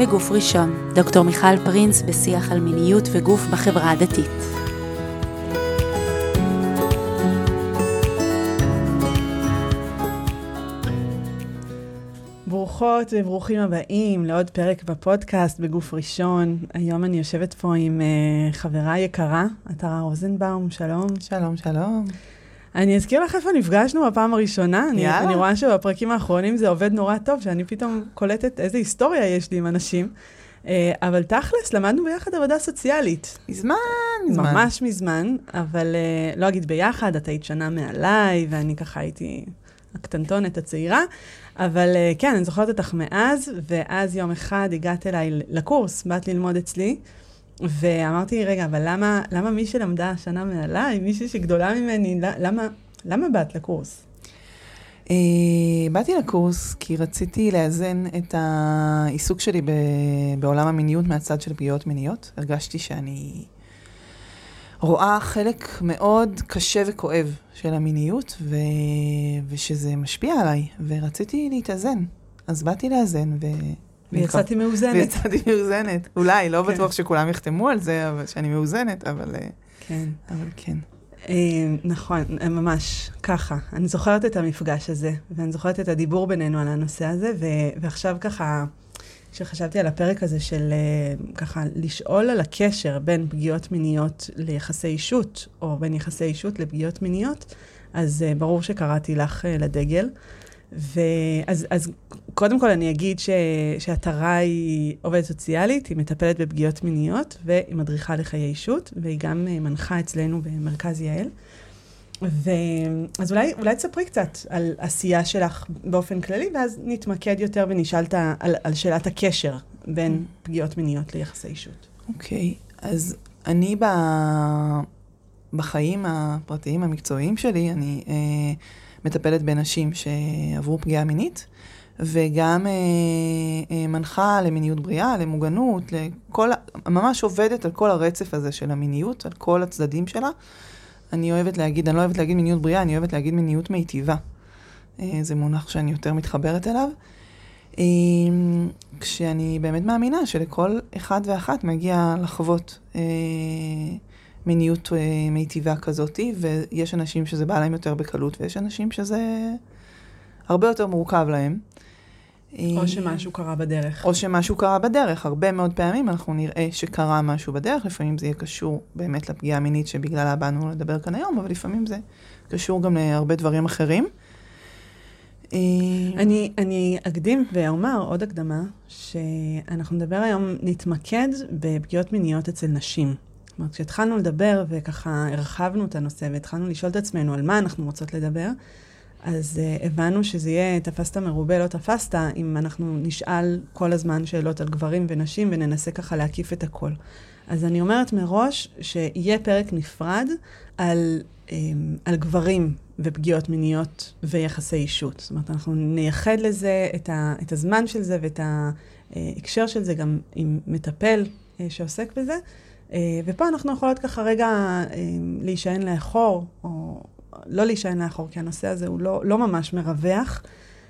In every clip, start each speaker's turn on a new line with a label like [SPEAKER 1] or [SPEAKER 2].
[SPEAKER 1] בגוף ראשון, דוקטור מיכל פרינס בשיח על מיניות וגוף בחברה הדתית.
[SPEAKER 2] ברוכות וברוכים הבאים לעוד פרק בפודקאסט בגוף ראשון. היום אני יושבת פה עם חברה יקרה, עטרה רוזנבאום, שלום.
[SPEAKER 3] שלום, שלום.
[SPEAKER 2] אני אזכיר לך איפה נפגשנו בפעם הראשונה.
[SPEAKER 3] יאללה.
[SPEAKER 2] אני רואה שבפרקים האחרונים זה עובד נורא טוב, שאני פתאום קולטת איזה היסטוריה יש לי עם אנשים. אבל תכלס, למדנו ביחד עבודה סוציאלית.
[SPEAKER 3] מזמן.
[SPEAKER 2] ממש מזמן, אבל לא אגיד ביחד, את היית שנה מעליי, ואני ככה הייתי הקטנטונת הצעירה. אבל כן, אני זוכרת אותך מאז, ואז יום אחד הגעת אליי לקורס, באת ללמוד אצלי, ואמרתי, רגע, אבל למה מי שלמדה שנה מעליי, מישהי שגדולה ממני, למה באת לקורס?
[SPEAKER 3] באתי לקורס כי רציתי לאזן את העיסוק שלי בעולם המיניות מהצד של פגיעות מיניות. הרגשתי שאני רואה חלק מאוד קשה וכואב של המיניות, ושזה משפיע עליי, ורציתי להתאזן. אז באתי לאזן,
[SPEAKER 2] ויצאתי מאוזנת.
[SPEAKER 3] ויצאתי מאוזנת. אולי, לא בטוח שכולם יחתמו על זה, שאני מאוזנת, אבל כן.
[SPEAKER 2] נכון, ממש ככה. אני זוכרת את המפגש הזה, ואני זוכרת את הדיבור בינינו על הנושא הזה, ועכשיו ככה, כשחשבתי על הפרק הזה של ככה לשאול על הקשר בין פגיעות מיניות ליחסי אישות, או בין יחסי אישות לפגיעות מיניות, אז ברור שקראתי לך לדגל. אז קודם כל אני אגיד שעטרה היא עובדת סוציאלית, היא מטפלת בפגיעות מיניות, והיא מדריכה לחיי אישות, והיא גם מנחה אצלנו במרכז יעל. אז אולי תספרי קצת על עשייה שלך באופן כללי, ואז נתמקד יותר ונשאל על שאלת הקשר בין פגיעות מיניות ליחסי אישות.
[SPEAKER 3] אוקיי, אז אני בחיים הפרטיים המקצועיים שלי, אני מטפלת בנשים שעברו פגיעה מינית, וגם מנחה למיניות בריאה, למוגנות, ממש עובדת על כל הרצף הזה של המיניות, על כל הצדדים שלה. אני לא אוהבת להגיד מיניות בריאה, אני אוהבת להגיד מיניות מיטיבה. זה מונח שאני יותר מתחברת אליו. כשאני באמת מאמינה שלכל אחד ואחת מגיע לחוות מיניות מיטיבה כזאת, ויש אנשים שזה בא להם יותר בקלות, ויש אנשים שזה הרבה יותר מורכב להם.
[SPEAKER 2] או שמשהו קרה בדרך.
[SPEAKER 3] הרבה מאוד פעמים אנחנו נראה שקרה משהו בדרך, לפעמים זה יהיה קשור באמת לפגיעה המינית שבגללה באנו לדבר כאן היום, אבל לפעמים זה קשור גם להרבה דברים אחרים.
[SPEAKER 2] אני אקדים ואומר עוד הקדמה, שאנחנו נדבר היום, נתמקד בפגיעות מיניות אצל נשים. זאת אומרת, כשהתחלנו לדבר וככה הרחבנו את הנושא והתחלנו לשאול את עצמנו על מה אנחנו רוצות לדבר, אז הבנו שזה יהיה תפסת מרובה, לא תפסת, אם אנחנו נשאל כל הזמן שאלות על גברים ונשים וננסה ככה להקיף את הכל. אז אני אומרת מראש שיהיה פרק נפרד על גברים ופגיעות מיניות ויחסי אישות. זאת אומרת, אנחנו נייחד לזה את הזמן של זה ואת ההקשר של זה גם עם מטפל שעוסק בזה. ופה אנחנו יכולות ככה רגע להישען לאחור, או לא להישען לאחור, כי הנושא הזה הוא לא ממש מרווח.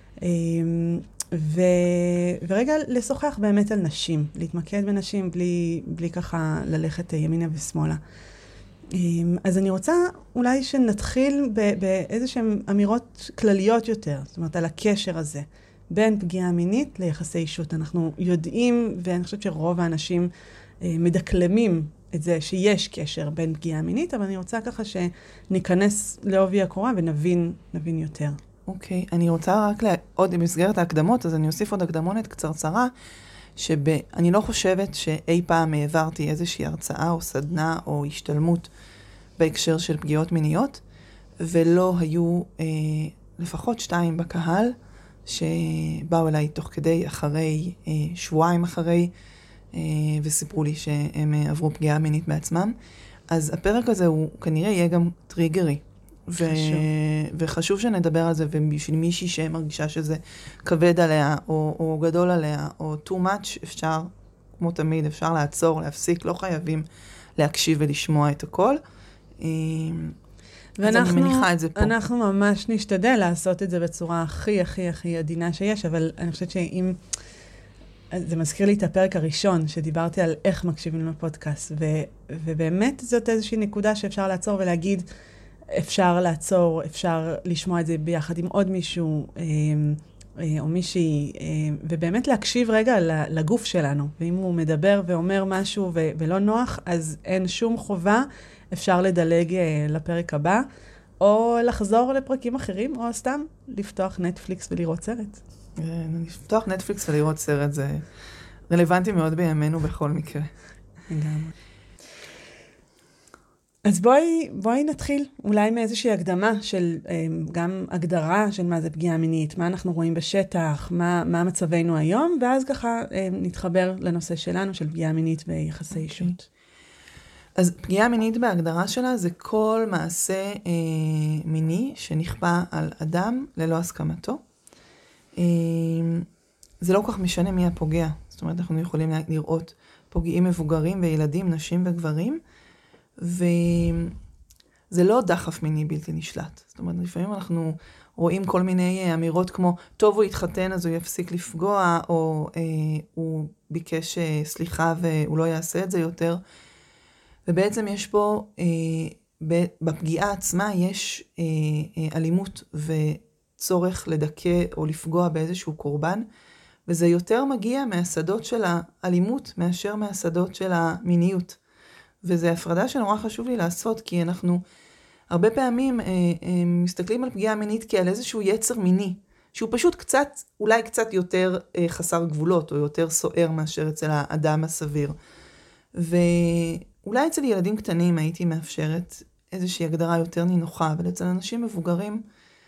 [SPEAKER 2] ורגע לשוחח באמת על נשים, להתמקד בנשים בלי ככה ללכת ימינה ושמאלה. אז אני רוצה אולי שנתחיל באיזשהן אמירות כלליות יותר, זאת אומרת על הקשר הזה, בין פגיעה מינית ליחסי אישות. אנחנו יודעים, ואני חושבת שרוב האנשים מדקלמים את זה שיש קשר בין פגיעה מינית, אבל אני רוצה ככה שניכנס לעובי הקורה ונבין יותר.
[SPEAKER 3] אוקיי, אני רוצה רק עוד במסגרת ההקדמות, אז אני אוסיף עוד הקדמונת קצרצרה, שאני לא חושבת שאי פעם העברתי איזושהי הרצאה או סדנה או השתלמות בהקשר של פגיעות מיניות, ולא היו לפחות 2 בקהל שבאו אליי תוך כדי אחרי, שבועיים אחרי, וסיפרו לי שהם עברו פגיעה מינית בעצמם. אז הפרק הזה הוא כנראה יהיה גם טריגרי. וחשוב שנדבר על זה, ובשביל מישהי שמרגישה שזה כבד עליה, או גדול עליה, או too much, אפשר, כמו תמיד, אפשר לעצור, להפסיק, לא חייבים להקשיב ולשמוע את הכל. אז אני מניחה את זה פה.
[SPEAKER 2] אנחנו ממש נשתדל לעשות את זה בצורה הכי עדינה שיש, אבל אני חושבת שאם אז זה מזכיר לי את הפרק הראשון, שדיברתי על איך מקשיבים לפודקאסט, ובאמת זאת איזושהי נקודה שאפשר לעצור ולהגיד, אפשר לעצור, אפשר לשמוע את זה ביחד עם עוד מישהו, או מישהי, ובאמת להקשיב רגע לגוף שלנו. ואם הוא מדבר ואומר משהו ולא נוח, אז אין שום חובה, אפשר לדלג לפרק הבא, או לחזור לפרקים אחרים, או סתם לפתוח נטפליקס ולראות סרט.
[SPEAKER 3] לפתוח נטפליקס ולראות סרט זה רלוונטי מאוד בימינו בכל מקרה.
[SPEAKER 2] אז בואי נתחיל אולי מאיזושהי הקדמה של גם הגדרה של מה זה פגיעה מינית, מה אנחנו רואים בשטח, מה מצבנו היום, ואז ככה נתחבר לנושא שלנו של פגיעה מינית ויחסי אישות.
[SPEAKER 3] אז פגיעה מינית בהגדרה שלה זה כל מעשה מיני שנכפה על אדם ללא הסכמתו. זה לא כל כך משנה מי הפוגע. זאת אומרת, אנחנו יכולים לראות פוגעים מבוגרים וילדים, נשים וגברים, וזה לא דחף מיני בלתי נשלט. זאת אומרת, לפעמים אנחנו רואים כל מיני אמירות כמו, טוב הוא יתחתן אז הוא יפסיק לפגוע, או הוא ביקש סליחה והוא לא יעשה את זה יותר. ובעצם יש פה, בפגיעה עצמה יש אלימות וצורך לדכא או לפגוע באיזשהו קורבן, וזה יותר מגיע מהשדות של האלימות מאשר מהשדות של המיניות. וזו הפרדה שנורא חשוב לי לעשות, כי אנחנו הרבה פעמים מסתכלים על פגיעה מינית כעל איזשהו יצר מיני, שהוא פשוט קצת, אולי קצת יותר חסר גבולות, או יותר סוער מאשר אצל האדם הסביר. ואולי אצל ילדים קטנים הייתי מאפשרת איזושהי הגדרה יותר נינוחה, אבל אצל אנשים מבוגרים,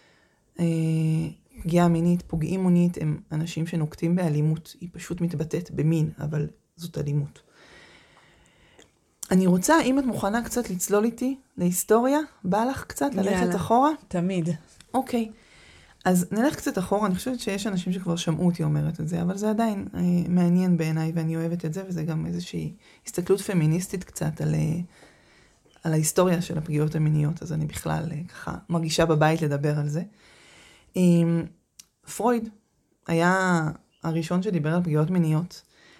[SPEAKER 3] פגיעה מינית, פוגעים מינית, הם אנשים שנוקטים באלימות. היא פשוט מתבטאת במין, אבל זאת אלימות. אני רוצה, אם את מוכנה קצת לצלול איתי להיסטוריה, בא לך קצת ללכת אחורה?
[SPEAKER 2] תמיד.
[SPEAKER 3] אוקיי. אז נלך קצת אחורה, אני חושבת שיש אנשים שכבר שמעו אותי אומרת את זה, אבל זה עדיין מעניין בעיניי, ואני אוהבת את זה, וזה גם איזושהי הסתכלות פמיניסטית קצת על ההיסטוריה של הפגיעות המיניות, אז אני בכלל ככה מרגישה בבית לדבר על זה. פרויד היה הראשון שדיבר על פגיעות מיניות,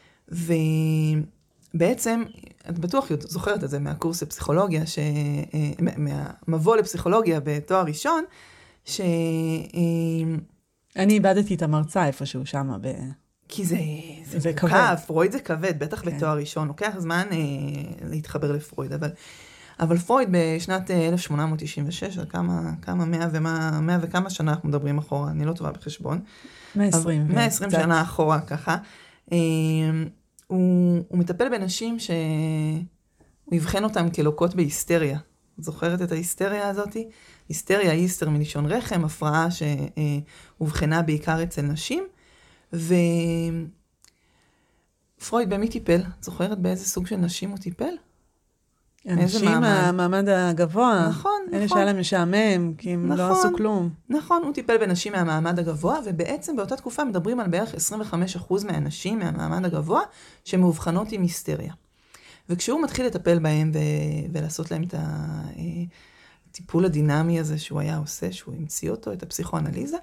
[SPEAKER 3] ובעצם, את בטוח זוכרת את זה מהקורס לפסיכולוגיה, מהמבוא לפסיכולוגיה בתואר ראשון,
[SPEAKER 2] אני איבדתי את המרצה איפשהו שם
[SPEAKER 3] כי זה כבד. פרויד זה כבד, בטח בתואר ראשון. לוקח זמן להתחבר לפרויד, אבל פרויד בשנת 1896, כמה 100 וכמה שנה אנחנו מדברים אחורה, אני לא טובה בחשבון. 120 שנה אחורה ככה. הוא מטפל בנשים שהוא יבחן אותם כלוקות בהיסטריה. זוכרת את ההיסטריה הזאת? היסטריה היא היסטר מלישון רחם, הפרעה שהובחנה בעיקר אצל נשים, ופרויד במי טיפל? זוכרת באיזה סוג של נשים הוא טיפל?
[SPEAKER 2] אנשים מהמעמד הגבוה.
[SPEAKER 3] נכון.
[SPEAKER 2] אלה שהיה להם משעמם, כי הם לא עשו כלום.
[SPEAKER 3] נכון, הוא טיפל בנשים מהמעמד הגבוה, ובעצם באותה תקופה מדברים על בערך 25% מהנשים מהמעמד הגבוה, שמאובחנות עם היסטריה. וכשהוא מתחיל לטפל בהם ולעשות להם את הטיפול הדינמי הזה שהוא היה עושה, שהוא המציא אותו, את הפסיכואנליזה,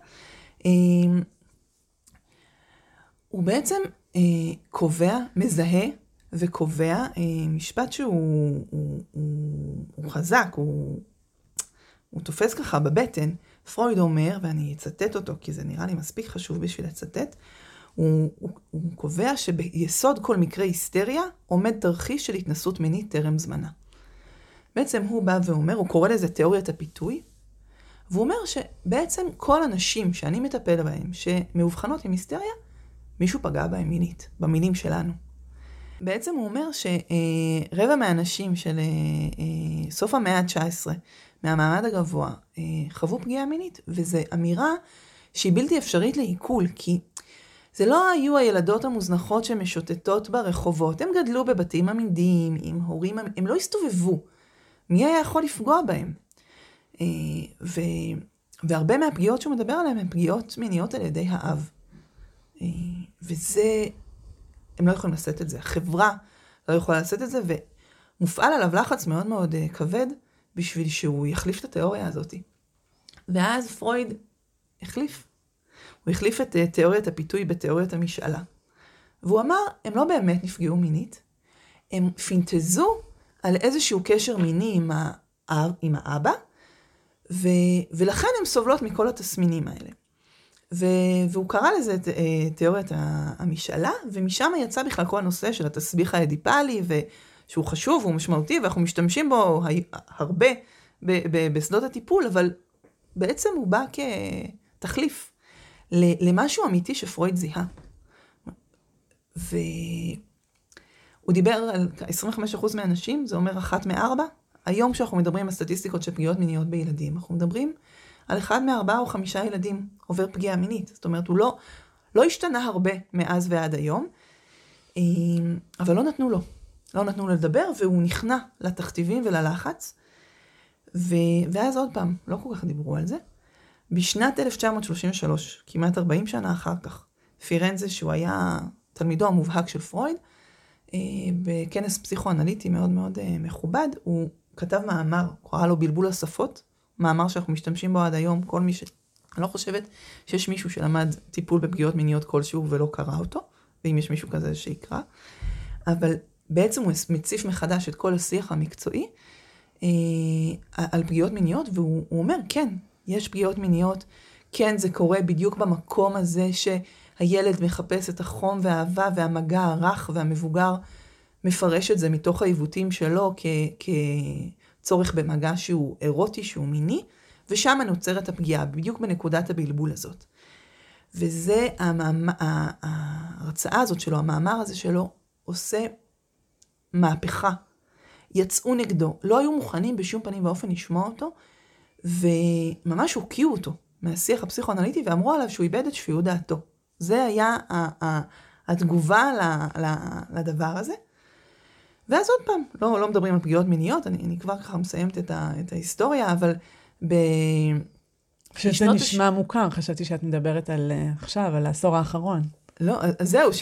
[SPEAKER 3] הוא בעצם קובע, מזהה וקובע משפט שהוא חזק, הוא תופס ככה בבטן. פרויד אומר, ואני אצטט אותו כי זה נראה לי מספיק חשוב בשביל לצטט, הוא קובע שביסוד כל מקרה היסטריה עומד תרחיש של התנסות מינית טרם זמנה. בעצם הוא בא ואומר, הוא קורא לזה תיאוריית הפיתוי, והוא אומר שבעצם כל הנשים שאני מטפל בהם, שמאובחנות עם היסטריה, מישהו פגע בהם מינית, במינים שלנו. בעצם הוא אומר שרבע מהאנשים של סוף המאה ה-19, מהמעמד הגבוה, חוו פגיעה מינית, וזו אמירה שהיא בלתי אפשרית לעיכול, כי זה לא היו הילדות המוזנחות שמשוטטות ברחובות, הם גדלו בבתים עמידים, עם הורים, הם לא הסתובבו. מי היה יכול לפגוע בהם? והרבה מהפגיעות שהוא מדבר עליהן הן פגיעות מיניות על ידי האב. וזה, הם לא יכולים לעשות את זה. החברה לא יכולה לעשות את זה, ומופעל עליו לחץ מאוד מאוד כבד, בשביל שהוא יחליף את התיאוריה הזאת. ואז פרויד החליף. הוא החליף את תיאוריית הפיתוי בתיאוריית המשאלה. והוא אמר, הם לא באמת נפגעו מינית, הם פינטזו על איזשהו קשר מיני עם האבא, ולכן הם סובלות מכל התסמינים האלה. והוא קרא לזה תיאוריית המשאלה, ומשם יצא בכלל כל הנושא של התסביך האדיפלי, שהוא חשוב, הוא משמעותי, ואנחנו משתמשים בו הרבה בשדות הטיפול, אבל בעצם הוא בא כתחליף למשהו אמיתי שפרויד זיהה. והוא דיבר על 25% מהאנשים, זה אומר 1 מ-4. היום כשאנחנו מדברים על סטטיסטיקות של פגיעות מיניות בילדים, אנחנו מדברים על 1 מ-4 או 5 ילדים עובר פגיעה מינית. זאת אומרת, הוא לא השתנה הרבה מאז ועד היום, אבל לא נתנו לו. לא נתנו לו לדבר, והוא נכנע לתכתיבים וללחץ. ואז עוד פעם, לא כל כך דיברו על זה. בשנת 1933, כמעט 40 שנה אחר כך, פירנזה, שהוא היה תלמידו המובהק של פרויד, בכנס פסיכואנליטי מאוד מאוד מכובד, הוא כתב מאמר, קרא לו בלבול השפות, מאמר שאנחנו משתמשים בו עד היום, כל מי אני לא חושבת שיש מישהו שלמד טיפול בפגיעות מיניות כלשהו ולא קרא אותו, ואם יש מישהו כזה שיקרא, אבל בעצם הוא מציף מחדש את כל השיח המקצועי על פגיעות מיניות, והוא אומר, כן, יש פגיעות מיניות, כן, זה קורה בדיוק במקום הזה שהילד מחפש את החום והאהבה והמגע הרך, והמבוגר מפרש את זה מתוך העיוותים שלו כצורך במגע שהוא אירוטי, שהוא מיני, ושם נוצרת הפגיעה, בדיוק בנקודת הבלבול הזאת. וזה ההרצאה הזאת שלו, המאמר הזה שלו, עושה מהפכה. יצאו נגדו, לא היו מוכנים בשום פנים ואופן לשמוע אותו, וממש הוקיעו אותו מהשיח הפסיכואנליטי, ואמרו עליו שהוא איבד את שפיות דעתו. זה היה התגובה לדבר הזה. ואז עוד פעם, לא מדברים על פגיעות מיניות, אני כבר ככה מסיימת את ההיסטוריה, אבל
[SPEAKER 2] שזה נשמע מוכר, חשבתי שאת מדברת על עכשיו, על העשור האחרון.
[SPEAKER 3] לא, אז זהו,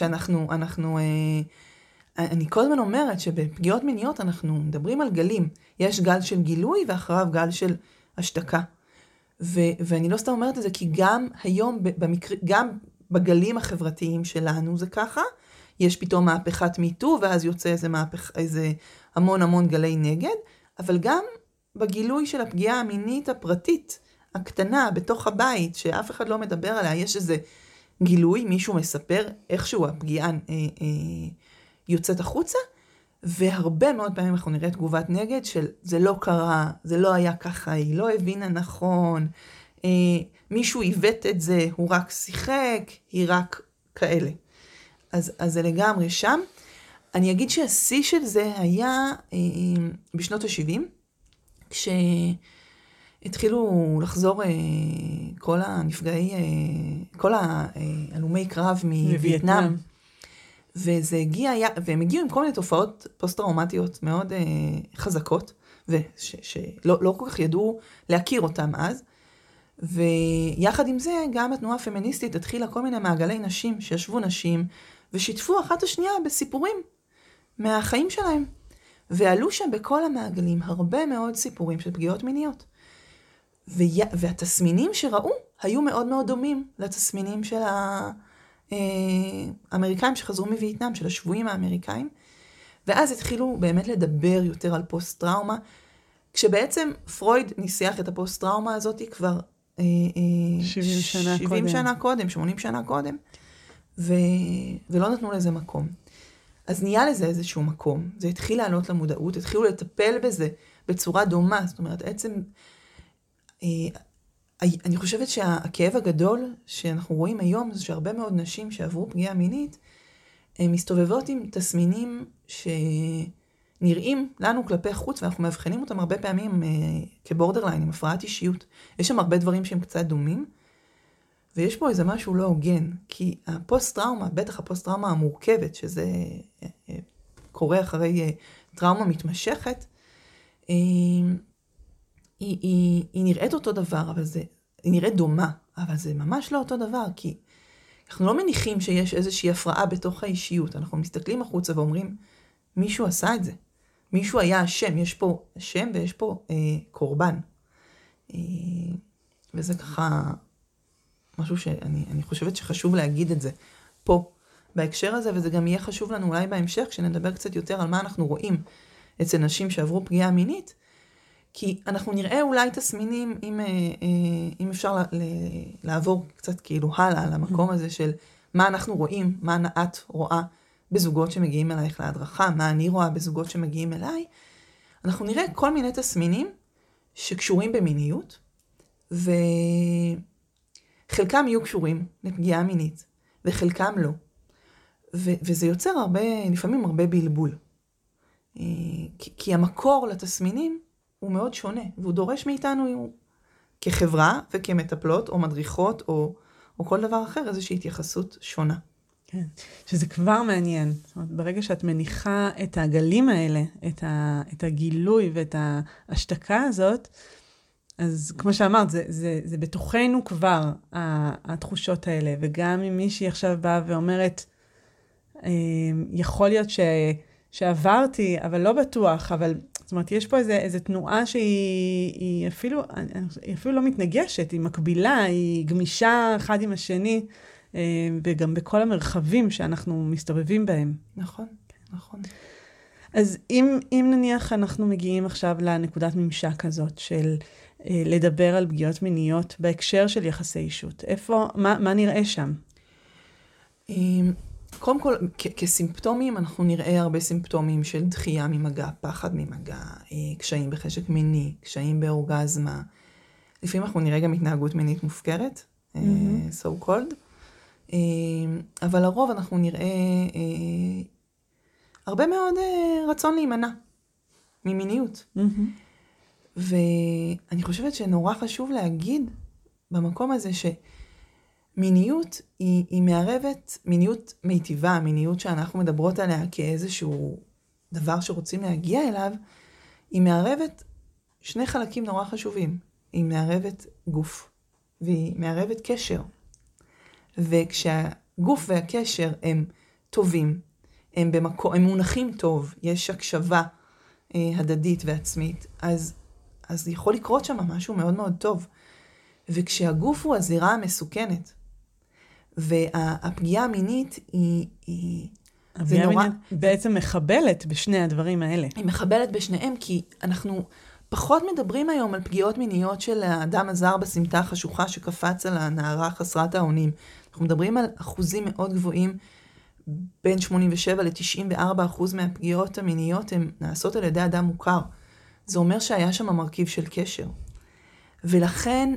[SPEAKER 3] אני כל הזמן אומרת שבפגיעות מיניות אנחנו מדברים על גלים. יש גל של גילוי ואחריו גל של השתקה. ואני לא סתם אומרת את זה, כי גם היום, גם בגלים החברתיים שלנו זה ככה, יש פתאום מהפכת מיטו, ואז יוצא איזה המון גלי נגד, אבל גם בגילוי של הפגיעה המינית הפרטית, הקטנה, בתוך הבית, שאף אחד לא מדבר עליה, יש איזה גילוי, מישהו מספר איכשהו הפגיעה יוצאת החוצה, והרבה מאוד פעמים אנחנו נראה תגובת נגד של זה לא קרה, זה לא היה ככה, היא לא הבינה נכון, מישהו עיוות את זה, הוא רק שיחק, היא רק כאלה. אז זה לגמרי שם. אני אגיד שהשיא של זה היה בשנות ה-70, כשהתחילו לחזור כל הנפגעי, כל הלומי קרב מווייטנאם. וזה הגיע, והם הגיעו עם כל מיני תופעות פוסט-טראומטיות מאוד חזקות, שלא כל כך ידעו להכיר אותם אז. ויחד עם זה, גם התנועה הפמיניסטית התחילה כל מיני מעגלי נשים, שישבו נשים, ושיתפו אחת השנייה בסיפורים מהחיים שלהם. ועלו שם בכל המעגלים הרבה מאוד סיפורים של פגיעות מיניות. והתסמינים שראו היו מאוד מאוד דומים לתסמינים של האמריקאים שחזרו מווייטנאם, של השבויים האמריקאים. ואז התחילו באמת לדבר יותר על פוסט-טראומה, כשבעצם פרויד ניסח את הפוסט-טראומה הזאת כבר 70 שנה קודם, 80 שנה קודם, ולא נתנו לזה מקום. אז נהיה לזה איזשהו מקום, זה התחיל לעלות למודעות, התחילו לטפל בזה בצורה דומה, זאת אומרת, בעצם, אני חושבת שהכאב הגדול שאנחנו רואים היום, זה שהרבה מאוד נשים שעברו פגיעה מינית, הן מסתובבות עם תסמינים שנראים לנו כלפי חוץ, ואנחנו מבחינים אותם הרבה פעמים כבורדרליין, עם הפרעת אישיות. יש שם הרבה דברים שהם קצת דומים, ויש פה איזה משהו לא הוגן, כי הפוסט-טראומה, בטח הפוסט-טראומה המורכבת, שזה קורה אחרי טראומה מתמשכת, היא נראית אותו דבר, היא נראית דומה, אבל זה ממש לא אותו דבר, כי אנחנו לא מניחים שיש איזושהי הפרעה בתוך האישיות, אנחנו מסתכלים החוצה ואומרים, מישהו עשה את זה, מישהו היה אשם, יש פה אשם ויש פה קורבן. וזה ככה משהו שאני חושבת שחשוב להגיד את זה פה, בהקשר הזה, וזה גם יהיה חשוב לנו אולי בהמשך, כשנדבר קצת יותר על מה אנחנו רואים אצל נשים שעברו פגיעה מינית, כי אנחנו נראה אולי תסמינים, אם אפשר לעבור קצת כאילו הלאה למקום הזה של מה אנחנו רואים, מה את רואה בזוגות שמגיעים אלייך להדרכה, מה אני רואה בזוגות שמגיעים אליי, אנחנו נראה כל מיני תסמינים שקשורים במיניות, וחלקם יהיו קשורים לפגיעה מינית, וחלקם לא. וזה יוצר לפעמים הרבה בלבול. כי המקור לתסמינים הוא מאוד שונה, והוא דורש מאיתנו כחברה וכמטפלות או מדריכות או כל דבר אחר, איזושהי התייחסות שונה.
[SPEAKER 2] כן, שזה כבר מעניין. זאת אומרת, ברגע שאת מניחה את הגלים האלה, את הגילוי ואת ההשתקה הזאת, אז כמו שאמרת, זה בתוכנו כבר התחושות האלה, וגם אם מישהי עכשיו באה ואומרת, יכול להיות שעברתי, אבל לא בטוח, אבל זאת אומרת, יש פה איזו תנועה שהיא אפילו לא מתנגשת, היא מקבילה, היא גמישה אחד עם השני, וגם בכל המרחבים שאנחנו מסתובבים בהם.
[SPEAKER 3] נכון, נכון.
[SPEAKER 2] אז אם נניח אנחנו מגיעים עכשיו לנקודת ממשק הזאת של לדבר על פגיעות מיניות בהקשר של יחסי אישות, מה נראה שם?
[SPEAKER 3] קודם כל, כסימפטומים, אנחנו נראה הרבה סימפטומים של דחייה ממגע, פחד ממגע, קשיים בחשק מיני, קשיים באורגזמה. לפעמים אנחנו נראה גם התנהגות מינית מופקרת, so called. אבל לרוב אנחנו נראה הרבה מאוד רצון להימנע ממיניות. ואני חושבת שנורא חשוב להגיד במקום הזה שמיניות היא מערבת, מיניות מיטיבה, מיניות שאנחנו מדברות עליה כאיזשהו דבר שרוצים להגיע אליו, היא מערבת שני חלקים נורא חשובים. היא מערבת גוף, והיא מערבת קשר. וכשהגוף והקשר הם טובים, הם מונחים טוב, יש הקשבה הדדית ועצמית, אז יכול לקרות שם משהו מאוד מאוד טוב. וכשהגוף הוא הזירה המסוכנת, והפגיעה המינית
[SPEAKER 2] הפגיעה המינית בעצם מחבלת בשני הדברים האלה.
[SPEAKER 3] היא מחבלת בשניהם, כי אנחנו פחות מדברים היום על פגיעות מיניות של האדם הזר בסמטה החשוכה שקפץ על הנערה חסרת האונים. אנחנו מדברים על אחוזים מאוד גבוהים, בין 87 ל-94% מהפגיעות המיניות הן נעשות על ידי אדם מוכר. זה אומר שהיה שם מרכיב של קשר. ולכן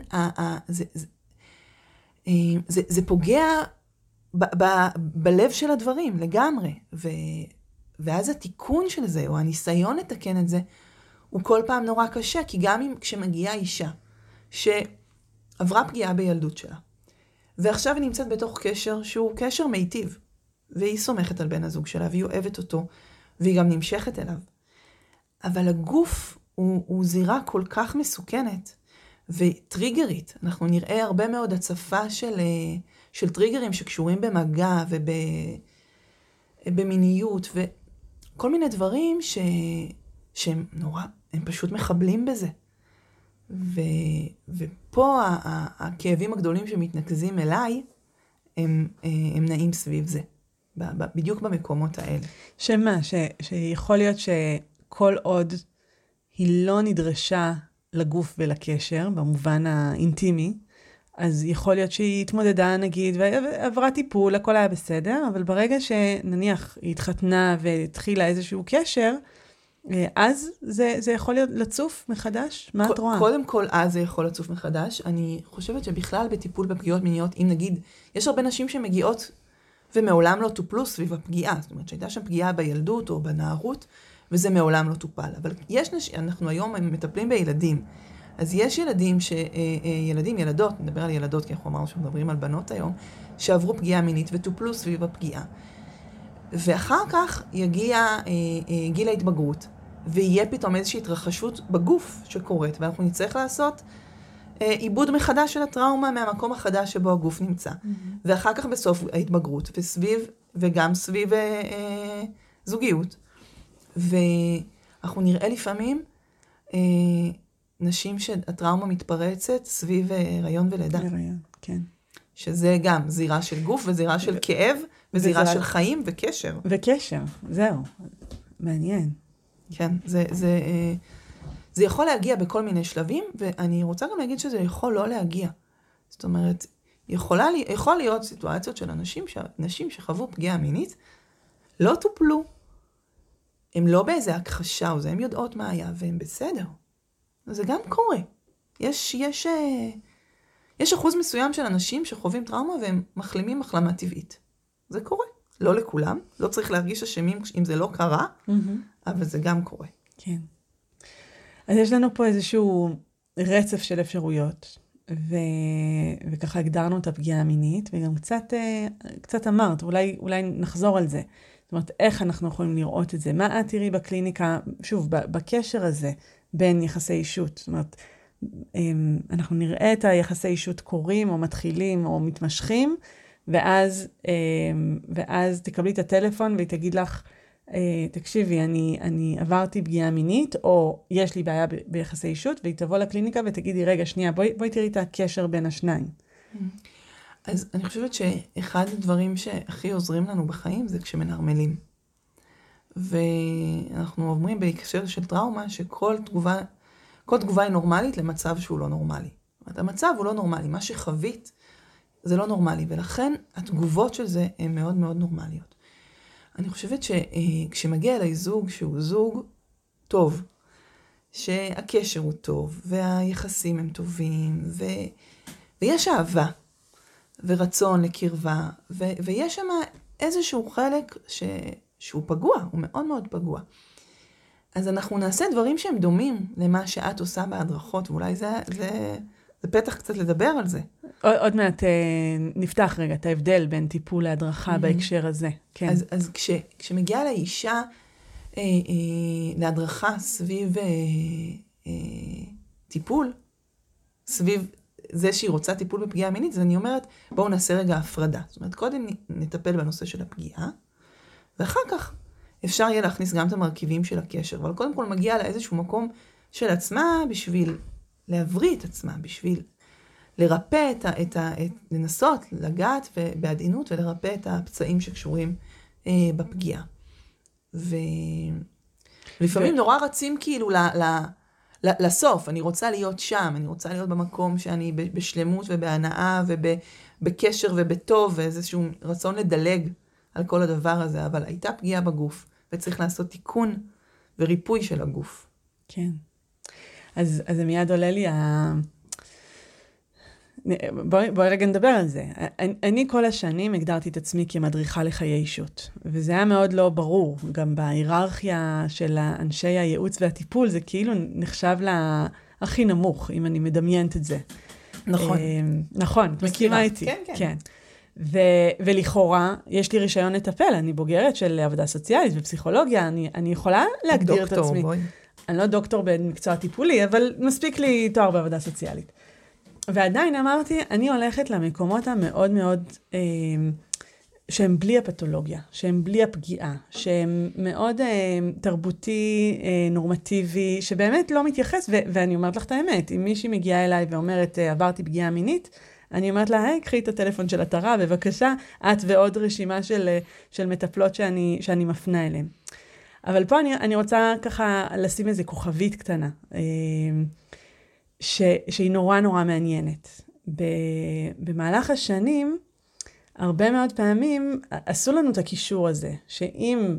[SPEAKER 3] זה פוגע בלב של הדברים לגמרי. ואז התיקון של זה, או הניסיון לתקן את זה, הוא כל פעם נורא קשה, כי גם כשמגיעה אישה שעברה פגיעה בילדות שלה, ועכשיו היא נמצאת בתוך קשר שהוא קשר מיטיב, והיא סומכת על בן הזוג שלה, והיא אוהבת אותו, והיא גם נמשכת אליו. אבל הגוף הוא זירה כל כך מסוכנת, וטריגרית. אנחנו נראה הרבה מאוד הצפה של טריגרים שקשורים במגע ובמיניות, וכל מיני דברים שהם נורא, הם פשוט מחבלים בזה. ופה הכאבים הגדולים שמתנקזים אליי, הם נעים סביב זה. בדיוק במקומות האלה.
[SPEAKER 2] שמה? שיכול להיות שכל עוד היא לא נדרשה לגוף ולקשר, במובן האינטימי, אז יכול להיות שהיא התמודדה, נגיד, ועברה טיפול, הכל היה בסדר, אבל ברגע שנניח היא התחתנה והתחילה איזשהו קשר, אז זה יכול להיות לצוף מחדש? מה את רואה?
[SPEAKER 3] קודם כל, אז זה יכול לצוף מחדש. אני חושבת שבכלל בטיפול בפגיעות מיניות, אם נגיד, יש הרבה נשים שמגיעות ומעולם לא טופלו סביב הפגיעה. זאת אומרת, שהייתה שם פגיעה בילדות או בנערות, וזה מעולם לא טופל. אבל אנחנו היום מטפלים בילדים. אז יש ילדים, ילדות, נדבר על ילדות, כי אנחנו אמרנו שמדברים על בנות היום, שעברו פגיעה מינית וטופלו סביב הפגיעה. ואחר כך יגיע גיל ההתבגרות, ויהיה פתאום איזושהי התרחשות בגוף שקורית, ואנחנו נצטרך לעשות עיבוד מחדש של הטראומה מהמקום החדש שבו הגוף נמצא. ואחר כך בסוף ההתבגרות, וגם סביב זוגיות. ואנחנו נראה לפעמים נשים שהטראומה מתפרצת סביב הריון ולידה.
[SPEAKER 2] הריון, כן.
[SPEAKER 3] שזה גם זירה של גוף וזירה של כאב וזירה של חיים וקשר.
[SPEAKER 2] וקשר, זהו. מעניין.
[SPEAKER 3] כן, זה יכול להגיע בכל מיני שלבים, ואני רוצה גם להגיד שזה יכול לא להגיע. זאת אומרת, יכול להיות סיטואציות של אנשים שחוו פגיעה מינית, לא טופלו. הם לא באיזה הכחשה, או זה, הם יודעות מה היה, והם בסדר. זה גם קורה. יש אחוז מסוים של אנשים שחווים טראומה, והם מחלימים החלמה טבעית. זה קורה. לא לכולם, לא צריך להרגיש אשמים אם זה לא קרה, אבל זה גם קורה.
[SPEAKER 2] כן. אז יש לנו פה איזשהו רצף של אפשרויות, וככה הגדרנו את הפגיעה המינית, וגם קצת אמרת, אולי נחזור על זה. זאת אומרת, איך אנחנו יכולים לראות את זה? מה את תראי בקליניקה, שוב, בקשר הזה, בין יחסי אישות? זאת אומרת, אנחנו נראה את היחסי אישות קורים, או מתחילים, או מתמשכים, ואז תקבלי את הטלפון, והיא תגיד לך, תקשיבי, אני עברתי פגיעה מינית, או יש לי בעיה ביחסי אישות, והיא תבוא לקליניקה ותגידי, רגע, שנייה, בואי תראי את הקשר בין השניים.
[SPEAKER 3] אז אני חושבת שאחד הדברים שהכי עוזרים לנו בחיים, זה כשמנרמלים. ואנחנו אומרים בהקשר של טראומה, שכל תגובה היא נורמלית למצב שהוא לא נורמלי. זאת אומרת, המצב הוא לא נורמלי, מה שחווית זה לא נורמלי, ולכן התגובות של זה הן מאוד מאוד נורמליות. אני חושבת שכשמגיע אליי זוג שהוא זוג טוב, שהקשר הוא טוב, והיחסים הם טובים, ויש אהבה, ורצון לקרבה, ויש שם איזשהו חלק שהוא פגוע, הוא מאוד מאוד פגוע. אז אנחנו נעשה דברים שהם דומים למה שאת עושה בהדרכות, ואולי זה פתח קצת לדבר על זה.
[SPEAKER 2] עוד מעט נפתח רגע את ההבדל בין טיפול להדרכה בהקשר הזה. כן.
[SPEAKER 3] אז כשמגיעה לאישה להדרכה סביב טיפול, סביב זה שהיא רוצה טיפול בפגיעה מינית, אז אני אומרת, בואו נעשה רגע הפרדה. זאת אומרת, קודם נטפל בנושא של הפגיעה, ואחר כך אפשר יהיה להכניס גם את המרכיבים של הקשר, אבל קודם כל מגיעה לאיזשהו מקום של עצמה, בשביל להבריא את עצמה, בשביל לרפא לנסות לגעת בעדינות, ולרפא את הפצעים שקשורים בפגיעה. ולפעמים נורא רצים כאילו לסוף, אני רוצה להיות שם, אני רוצה להיות במקום שאני בשלמות ובהנאה ובקשר ובטוב, ואיזשהו רצון לדלג על כל הדבר הזה, אבל הייתה פגיעה בגוף, וצריך לעשות תיקון וריפוי של הגוף.
[SPEAKER 2] כן. אז זה מיד עולה לי בואי רגע נדבר על זה. אני כל השנים הגדרתי את עצמי כמדריכה לחיי אישות, וזה היה מאוד לא ברור. גם בהיררכיה של אנשי הייעוץ והטיפול, זה כאילו נחשב הכי נמוך, אם אני מדמיינת את זה.
[SPEAKER 3] נכון.
[SPEAKER 2] נכון, את מכירה איתי.
[SPEAKER 3] כן, כן.
[SPEAKER 2] ולכאורה, יש לי רישיון לטפל, אני בוגרת של עבודה סוציאלית ופסיכולוגיה, אני יכולה להגדיר את עצמי.
[SPEAKER 3] בואי.
[SPEAKER 2] אני לא דוקטור במקצוע טיפולי, אבל מספיק לי תואר בעבודה סוציאלית. ועדיין אמרתי, אני הולכת למקומות המאוד מאוד, שהם בלי הפתולוגיה, שהם בלי הפגיעה, שהם מאוד תרבותי, נורמטיבי, שבאמת לא מתייחס, ואני אומרת לך את האמת, אם מישהי מגיעה אליי ואומרת, עברתי פגיעה מינית, אני אומרת לה, היי, קחי את הטלפון של התרה, בבקשה, את ועוד רשימה של מטפלות שאני מפנה אליהם. אבל פה אני רוצה ככה לשים איזה כוכבית קטנה, שהיא נורא נורא מעניינת. במהלך השנים, הרבה מאוד פעמים עשו לנו את הקישור הזה, שאם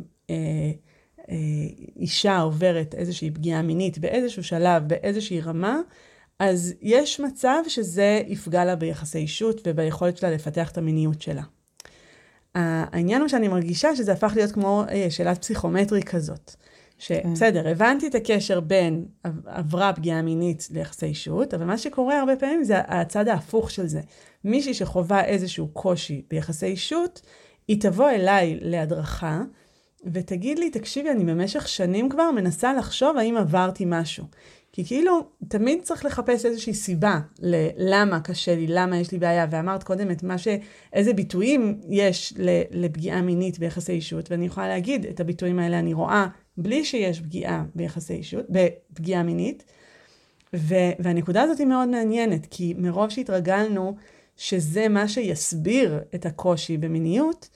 [SPEAKER 2] אישה עוברת איזושהי פגיעה מינית באיזשהו שלב, באיזושהי רמה, אז יש מצב שזה יפגע לה ביחסי אישות וביכולת שלה לפתח את המיניות שלה. העניין הוא שאני מרגישה שזה הפך להיות כמו שאלת פסיכומטרי כזאת. שבסדר, הבנתי את הקשר בין עברה פגיעה מינית ליחסי אישות, אבל מה שקורה הרבה פעמים זה הצד ההפוך של זה. מישהי שחובה איזשהו קושי ביחסי אישות, היא תבוא אליי להדרכה, ותגיד לי, תקשיבי, אני במשך שנים כבר מנסה לחשוב האם עברתי משהו. כי כאילו, תמיד צריך לחפש איזושהי סיבה ללמה קשה לי, למה יש לי בעיה, ואמרת קודם את איזה ביטויים יש לפגיעה מינית ביחסי אישות, ואני יכולה להגיד, את הביטויים האלה אני רואה, בלי שיש פגיעה ביחסי אישות, בפגיעה מינית, והנקודה הזאת היא מאוד מעניינת, כי מרוב שהתרגלנו שזה מה שיסביר את הקושי במיניות,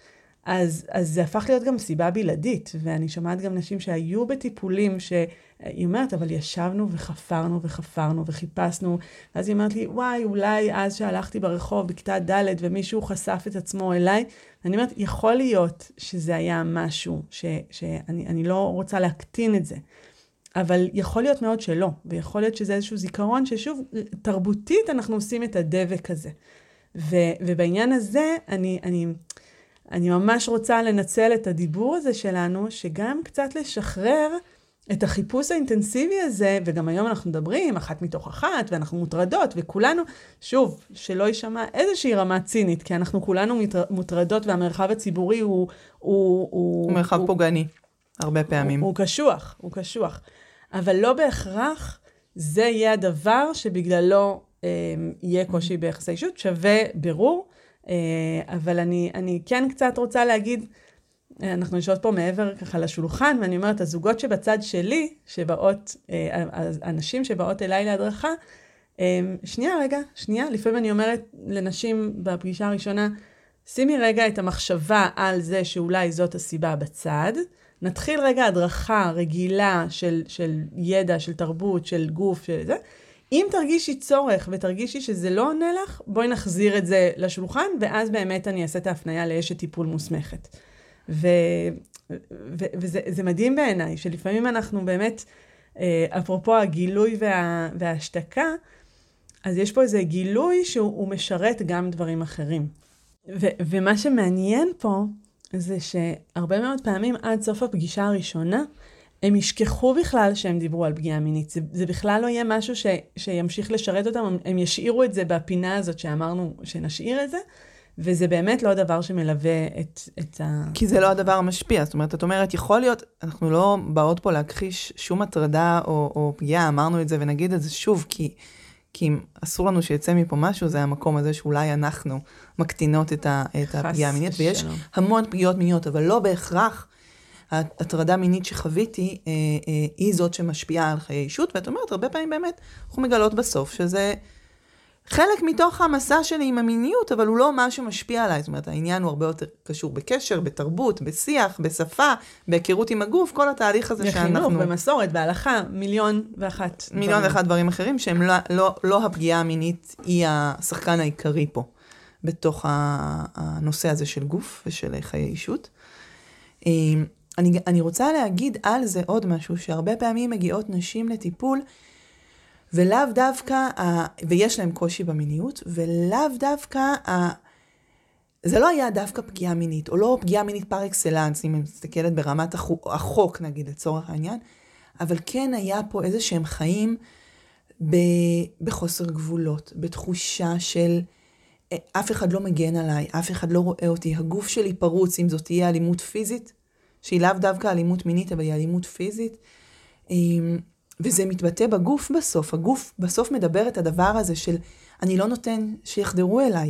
[SPEAKER 2] אז זה הפך להיות גם סיבה בלעדית, ואני שומעת גם נשים שהיו בטיפולים שהיא אומרת, אבל ישבנו וחפרנו וחיפשנו, ואז היא אומרת לי, וואי, אולי אז שהלכתי ברחוב בכיתה ד' ומישהו חשף את עצמו אליי, ואני אומרת, יכול להיות שזה היה משהו שאני לא רוצה להקטין את זה, אבל יכול להיות מאוד שלא, ויכול להיות שזה איזשהו זיכרון ששוב, תרבותית אנחנו עושים את הדבק הזה. ובעניין הזה, אני ממש רוצה לנצל את הדיבור הזה שלנו, שגם קצת לשחרר את החיפוש האינטנסיבי הזה, וגם היום אנחנו מדברים, אחת מתוך אחת, ואנחנו מוטרדות, וכולנו, שוב, שלא יישמע איזושהי רמה צינית, כי אנחנו כולנו מוטרדות, והמרחב הציבורי הוא
[SPEAKER 3] מרחב פוגעני, הרבה פעמים.
[SPEAKER 2] הוא קשוח. אבל לא בהכרח זה יהיה הדבר שבגללו יהיה קושי ביחסי אישות, שווה בירור, אבל אני כן קצת רוצה להגיד, אנחנו נשאלות פה מעבר ככה לשולחן, ואני אומרת, הזוגות שבצד שלי, הנשים שבאות אליי להדרכה, שנייה, לפעמים אני אומרת לנשים בפגישה הראשונה, שימי רגע את המחשבה על זה שאולי זאת הסיבה בצד, נתחיל רגע הדרכה רגילה של ידע, של תרבות, של גוף, של זה. אם תרגישי צורך ותרגישי שזה לא עונה לך, בואי נחזיר את זה לשולחן, ואז באמת אני אעשה את ההפניה לאשת טיפול מוסמכת. וזה מדהים בעיניי, שלפעמים אנחנו באמת, אפרופו הגילוי וההשתקה, אז יש פה איזה גילוי שהוא משרת גם דברים אחרים. ומה שמעניין פה, זה שהרבה מאוד פעמים עד סוף הפגישה הראשונה, הם ישכחו בכלל שהם דיברו על פגיעה מינית. זה בכלל לא יהיה משהו שימשיך לשרת אותם, הם ישאירו את זה בפינה הזאת שאמרנו שנשאיר את זה, וזה באמת לא הדבר שמלווה את
[SPEAKER 3] כי זה לא הדבר המשפיע, זאת אומרת, את אומרת, יכול להיות, אנחנו לא באות פה להכחיש שום הטרדה או פגיעה, אמרנו את זה ונגיד את זה שוב, כי אם אסור לנו שיצא מפה משהו, זה המקום הזה שאולי אנחנו מקטינות את הפגיעה המינית, ויש המון פגיעות מיניות, אבל לא בהכרח הטרדה מינית שחוויתי היא זאת שמשפיעה על חיי אישות, ואת אומרת, הרבה פעמים באמת אנחנו מגלות בסוף שזה חלק מתוך המסע שלי עם המיניות, אבל הוא לא משהו משפיע עליי, זאת אומרת, העניין הוא הרבה יותר קשור בקשר, בתרבות, בשיח, בשפה, בהיכרות עם הגוף, כל התהליך הזה שאנחנו...
[SPEAKER 2] בחינוך, במסורת, בהלכה, מיליון ואחת
[SPEAKER 3] דברים אחרים, שהם לא הפגיעה המינית, היא השחקן העיקרי פה, בתוך הנושא הזה של גוף ושל חיי אישות. אני רוצה להגיד על זה עוד משהו, שהרבה פעמים מגיעות נשים לטיפול, ולאו דווקא, ויש להם קושי במיניות, ולאו דווקא, זה לא היה דווקא פגיעה מינית, או לא פגיעה מינית פר אקסלנס, אם אני מסתכלת ברמת החוק, נגיד, לצורך העניין, אבל כן היה פה איזה שהם חיים בחוסר גבולות, בתחושה של אף אחד לא מגן עליי, אף אחד לא רואה אותי, הגוף שלי פרוץ, אם זאת תהיה אלימות פיזית, שהיא לאו דווקא אלימות מינית, אבל היא אלימות פיזית, וזה מתבטא בגוף בסוף. הגוף בסוף מדבר את הדבר הזה של, אני לא נותן שיחדרו אליי.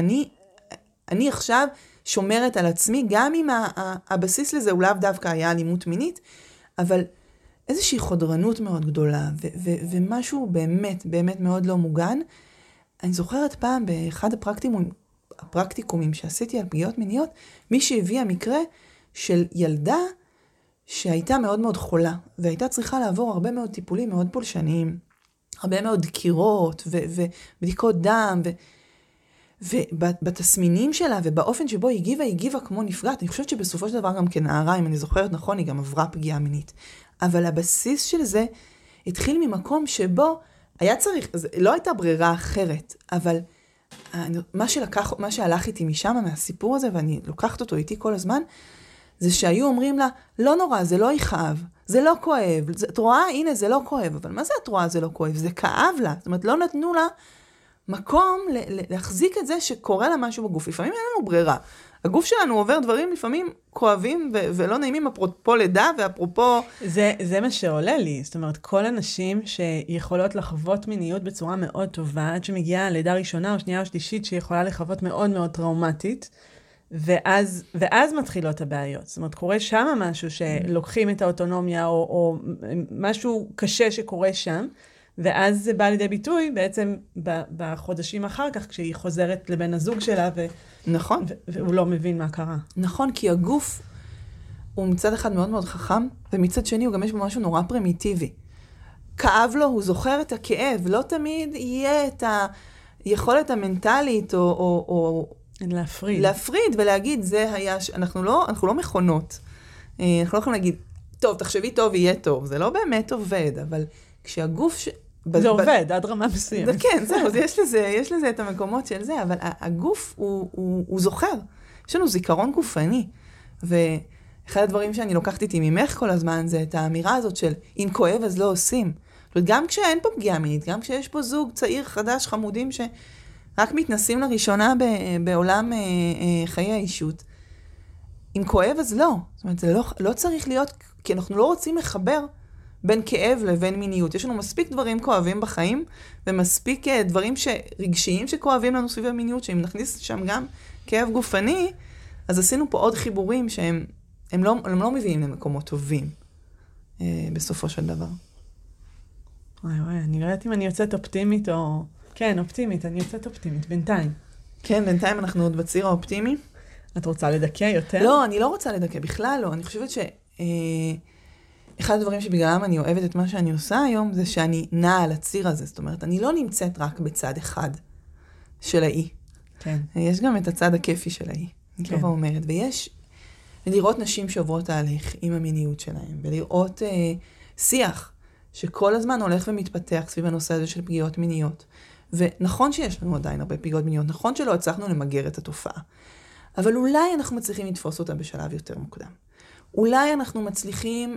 [SPEAKER 3] אני עכשיו שומרת על עצמי, גם אם הבסיס לזה הוא לאו דווקא היה אלימות מינית, אבל איזושהי חודרנות מאוד גדולה, ומשהו באמת, באמת מאוד לא מוגן. אני זוכרת פעם באחד הפרקטיקומים שעשיתי על פגיעות מיניות, מי שהביאה מקרה של ילדה, שהייתה מאוד מאוד חולה, והייתה צריכה לעבור הרבה מאוד טיפולים מאוד פולשניים, הרבה מאוד דקירות ובדיקות דם, ובתסמינים שלה ובאופן שבו היא הגיבה כמו נפגעת. אני חושבת שבסופו של דבר גם כנערה, אם אני זוכרת נכון, היא גם עברה פגיעה מינית. אבל הבסיס של זה התחיל ממקום שבו היה צריך, לא הייתה ברירה אחרת, אבל מה שהלך איתי משם, מהסיפור הזה, ואני לוקחת אותו איתי כל הזמן, זה שהיו אומרים לה, לא נורא, זה לא יכאב, זה לא כואב, את רואה, הנה, זה לא כואב, אבל מה זה את רואה, זה לא כואב? זה כאב לה, זאת אומרת, לא נתנו לה מקום להחזיק את זה שקורה לה משהו בגוף. לפעמים אין לנו ברירה. הגוף שלנו עובר דברים לפעמים כואבים ולא נעימים, אפרופו לידה ואפרופו...
[SPEAKER 2] זה מה שעולה לי, זאת אומרת, כל הנשים שיכולות לחוות מיניות בצורה מאוד טובה, עד שמגיעה לידה ראשונה או שנייה או שלישית, שיכולה לחוות מאוד מאוד טראומטית, ואז מתחילות הבעיות. זאת אומרת, קורה שם משהו שלוקחים את האוטונומיה, או משהו קשה שקורה שם, ואז זה בא לידי ביטוי בעצם בחודשים אחר כך, כשהיא חוזרת לבן הזוג שלה,
[SPEAKER 3] נכון.
[SPEAKER 2] והוא לא מבין מה קרה.
[SPEAKER 3] נכון, כי הגוף הוא מצד אחד מאוד מאוד חכם, ומצד שני הוא גם יש בו משהו נורא פרימיטיבי. כאב לו, הוא זוכר את הכאב, לא תמיד יהיה את היכולת המנטלית או להפריד ולהגיד, זה היה, אנחנו לא מכונות. אנחנו לא יכולים להגיד, טוב, תחשבי טוב, יהיה טוב. זה לא באמת עובד, אבל כשהגוף
[SPEAKER 2] זה עובד, עד רמה מסוימת.
[SPEAKER 3] כן, זהו, יש לזה את המקומות של זה, אבל הגוף הוא זוכר. יש לנו זיכרון גופני. ואחד הדברים שאני לוקחת איתי ממך כל הזמן, זה את האמירה הזאת של, אם כואב אז לא עושים. זאת אומרת, גם כשאין פה פגיעה מינית, גם כשיש פה זוג צעיר, חדש, חמודים, שרק מתנסים לראשונה בעולם חיי האישות, אם כואב אז לא. זאת אומרת, זה לא צריך להיות, כי אנחנו לא רוצים לחבר בין כאב לבין מיניות. יש לנו מספיק דברים כואבים בחיים, ומספיק דברים רגשיים שכואבים לנו סביב המיניות, שאם נכניס שם גם כאב גופני, אז עשינו פה עוד חיבורים שהם לא מביאים למקומות טובים, בסופו של דבר.
[SPEAKER 2] וואי, אני לא יודעת אם אני יוצאת אופטימית או... כן, אופטימית, אני יוצאת אופטימית, בינתיים.
[SPEAKER 3] כן, בינתיים אנחנו עוד בציר האופטימי.
[SPEAKER 2] את רוצה לדכא יותר?
[SPEAKER 3] לא, אני לא רוצה לדכא, בכלל לא. אני חושבת אחד הדברים שבגללם אני אוהבת את מה שאני עושה היום, זה שאני נעה על הציר הזה. זאת אומרת, אני לא נמצאת רק בצד אחד של האי.
[SPEAKER 2] כן.
[SPEAKER 3] יש גם את הצד הכיפי של האי. אני כבר אומרת. ויש לראות נשים שעוברות תהליך עם המיניות שלהם, ולראות שיח שכל הזמן הולך ומתפתח סביב הנושא הזה של פגיעות מיניות. ונכון שיש לנו עדיין הרבה פגיעות מיניות, נכון שלא הצלחנו למגר את התופעה. אבל אולי אנחנו מצליחים לתפוס אותה בשלב יותר מוקדם. אולי אנחנו מצליחים